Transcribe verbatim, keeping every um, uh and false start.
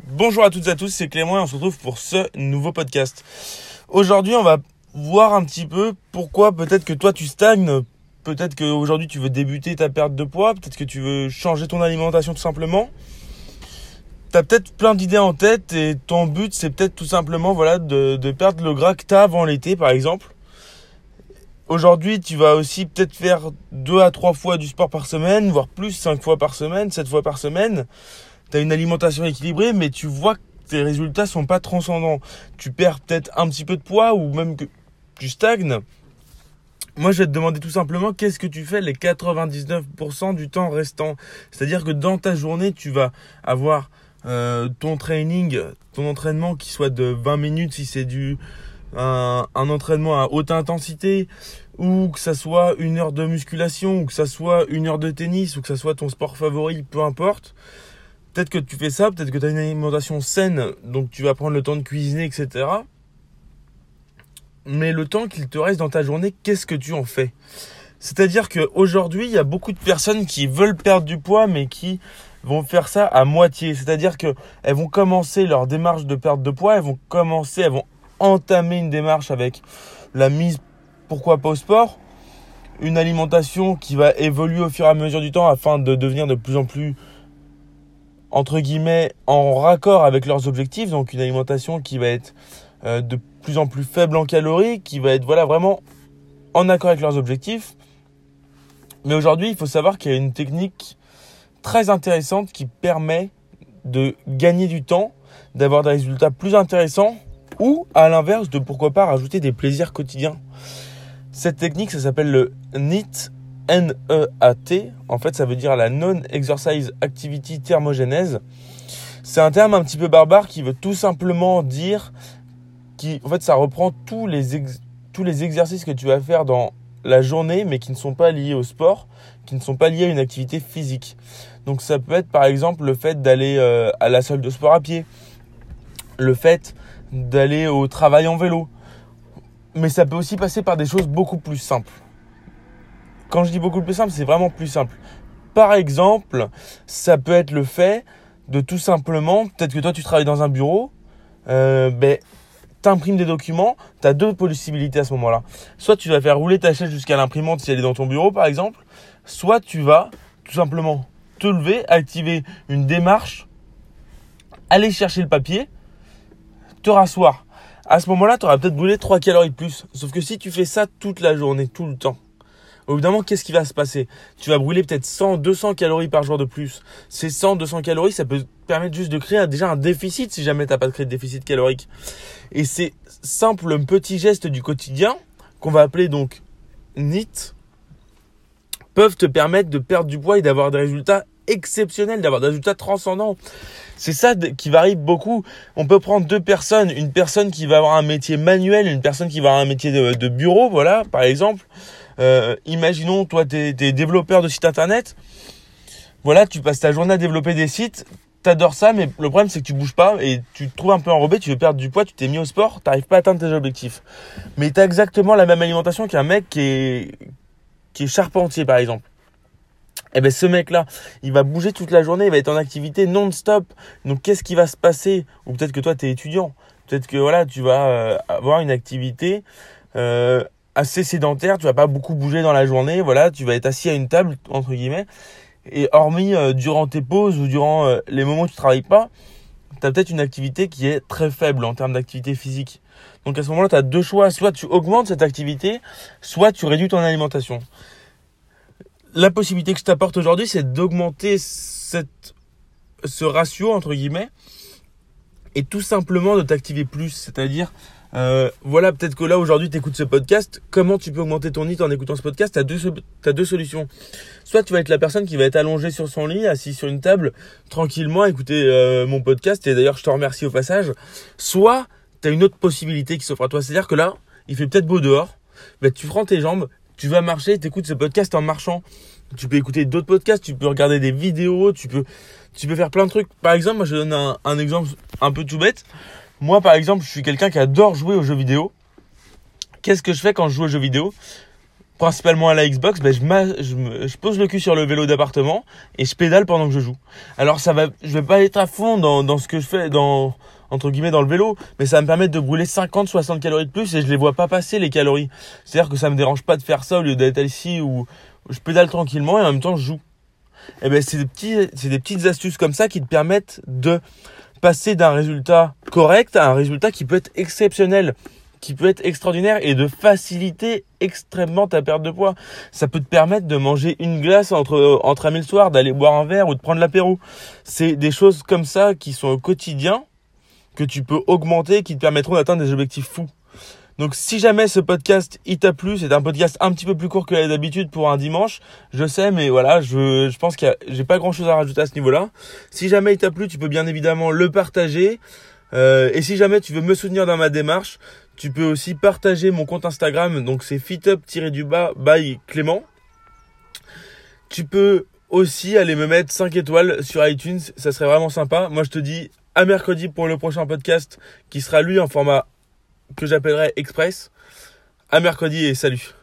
Bonjour à toutes et à tous, c'est Clément et on se retrouve pour ce nouveau podcast. Aujourd'hui, on va voir un petit peu pourquoi peut-être que toi tu stagnes, peut-être qu'aujourd'hui tu veux débuter ta perte de poids, peut-être que tu veux changer ton alimentation tout simplement. Tu as peut-être plein d'idées en tête et ton but c'est peut-être tout simplement voilà, de, de perdre le gras que tu as avant l'été par exemple. Aujourd'hui, tu vas aussi peut-être faire deux à trois fois du sport par semaine, voire plus, cinq fois par semaine, sept fois par semaine. Tu as une alimentation équilibrée, mais tu vois que tes résultats sont pas transcendants. Tu perds peut-être un petit peu de poids ou même que tu stagnes. Moi, je vais te demander tout simplement qu'est-ce que tu fais les quatre-vingt-dix-neuf pour cent du temps restant. C'est-à-dire que dans ta journée, tu vas avoir euh, ton training, ton entraînement qui soit de vingt minutes si c'est du un, un entraînement à haute intensité, ou que ça soit une heure de musculation, ou que ça soit une heure de tennis, ou que ça soit ton sport favori, peu importe. Peut-être que tu fais ça, peut-être que tu as une alimentation saine, donc tu vas prendre le temps de cuisiner, et cetera. Mais le temps qu'il te reste dans ta journée, qu'est-ce que tu en fais ? C'est-à-dire qu'aujourd'hui, il y a beaucoup de personnes qui veulent perdre du poids, mais qui vont faire ça à moitié. C'est-à-dire qu'elles vont commencer leur démarche de perte de poids, elles vont commencer, elles vont entamer une démarche avec la mise, pourquoi pas au sport, une alimentation qui va évoluer au fur et à mesure du temps afin de devenir de plus en plus, entre guillemets, en raccord avec leurs objectifs. Donc une alimentation qui va être euh, de plus en plus faible en calories, qui va être voilà, vraiment en accord avec leurs objectifs. Mais aujourd'hui, il faut savoir qu'il y a une technique très intéressante qui permet de gagner du temps, d'avoir des résultats plus intéressants ou à l'inverse de pourquoi pas rajouter des plaisirs quotidiens. Cette technique, ça s'appelle le N E A T. N E A T, en fait ça veut dire la Non-Exercise Activity Thermogenèse. C'est un terme un petit peu barbare qui veut tout simplement dire qui, en fait ça reprend tous les, ex, tous les exercices que tu vas faire dans la journée mais qui ne sont pas liés au sport, qui ne sont pas liés à une activité physique. Donc ça peut être par exemple le fait d'aller euh, à la salle de sport à pied, le fait d'aller au travail en vélo, mais ça peut aussi passer par des choses beaucoup plus simples. Quand je dis beaucoup plus simple, c'est vraiment plus simple. Par exemple, ça peut être le fait de tout simplement, peut-être que toi tu travailles dans un bureau, euh, ben, tu imprimes des documents, tu as deux possibilités à ce moment-là. Soit tu vas faire rouler ta chaise jusqu'à l'imprimante si elle est dans ton bureau par exemple, soit tu vas tout simplement te lever, activer une démarche, aller chercher le papier, te rasseoir. À ce moment-là, tu auras peut-être brûlé trois calories de plus. Sauf que si tu fais ça toute la journée, tout le temps, évidemment, qu'est-ce qui va se passer ? Tu vas brûler peut-être cent, deux cents calories par jour de plus. Ces cent, deux cents calories, ça peut te permettre juste de créer déjà un déficit si jamais tu n'as pas créé de déficit calorique. Et ces simples petits gestes du quotidien, qu'on va appeler donc N E A T, peuvent te permettre de perdre du poids et d'avoir des résultats exceptionnels, d'avoir des résultats transcendants. C'est ça qui varie beaucoup. On peut prendre deux personnes, une personne qui va avoir un métier manuel, une personne qui va avoir un métier de, de bureau, voilà, par exemple. Euh, imaginons, toi, tu es développeur de site internet. Voilà, tu passes ta journée à développer des sites. Tu adores ça, mais le problème, c'est que tu bouges pas et tu te trouves un peu enrobé. Tu veux perdre du poids, tu t'es mis au sport, tu n'arrives pas à atteindre tes objectifs. Mais tu as exactement la même alimentation qu'un mec qui est, qui est charpentier, par exemple. Et ben ce mec-là, il va bouger toute la journée, il va être en activité non-stop. Donc, qu'est-ce qui va se passer ? Ou peut-être que toi, tu es étudiant. Peut-être que voilà, tu vas euh, avoir une activité euh, assez sédentaire, tu vas pas beaucoup bouger dans la journée, voilà, tu vas être assis à une table entre guillemets, et hormis euh, durant tes pauses ou durant euh, les moments où tu travailles pas, tu as peut-être une activité qui est très faible en termes d'activité physique. Donc à ce moment-là, tu as deux choix, soit tu augmentes cette activité, soit tu réduis ton alimentation. La possibilité que je t'apporte aujourd'hui, c'est d'augmenter cette, ce ratio entre guillemets et tout simplement de t'activer plus, c'est-à-dire Euh, voilà, peut-être que là aujourd'hui tu écoutes ce podcast. Comment tu peux augmenter ton N E A T en écoutant ce podcast ? Tu as deux, t'as deux solutions. Soit tu vas être la personne qui va être allongée sur son lit, assis sur une table, tranquillement, écouter euh, mon podcast. Et d'ailleurs, je te remercie au passage. Soit tu as une autre possibilité qui s'offre à toi. C'est-à-dire que là, il fait peut-être beau dehors. Bah, tu prends tes jambes, tu vas marcher, tu écoutes ce podcast en marchant. Tu peux écouter d'autres podcasts, tu peux regarder des vidéos, tu peux, tu peux faire plein de trucs. Par exemple, moi je donne un, un exemple un peu tout bête. Moi, par exemple, je suis quelqu'un qui adore jouer aux jeux vidéo. Qu'est-ce que je fais quand je joue aux jeux vidéo ? principalement à la Xbox, ben je, je, me, je pose le cul sur le vélo d'appartement et je pédale pendant que je joue. Alors ça va, je vais pas être à fond dans, dans ce que je fais, dans, entre guillemets, dans le vélo, mais ça va me permettre de brûler cinquante, soixante calories de plus et je les vois pas passer les calories. C'est-à-dire que ça me dérange pas de faire ça au lieu d'être ici où je pédale tranquillement et en même temps je joue. Et ben c'est des petits, c'est des petites astuces comme ça qui te permettent de passer d'un résultat correct à un résultat qui peut être exceptionnel, qui peut être extraordinaire et de faciliter extrêmement ta perte de poids. Ça peut te permettre de manger une glace entre, entre amis le soir, d'aller boire un verre ou de prendre l'apéro. C'est des choses comme ça qui sont au quotidien que tu peux augmenter, qui te permettront d'atteindre des objectifs fous. Donc si jamais ce podcast il t'a plu, c'est un podcast un petit peu plus court que d'habitude pour un dimanche, je sais, mais voilà, je, je pense que j'ai pas grand chose à rajouter à ce niveau-là. Si jamais il t'a plu, tu peux bien évidemment le partager. Euh, et si jamais tu veux me soutenir dans ma démarche, tu peux aussi partager mon compte Instagram, donc c'est fitup-du-bas by Clément. Tu peux aussi aller me mettre cinq étoiles sur iTunes, ça serait vraiment sympa. Moi je te dis à mercredi pour le prochain podcast qui sera lui en format que j'appellerai Express. À mercredi et salut.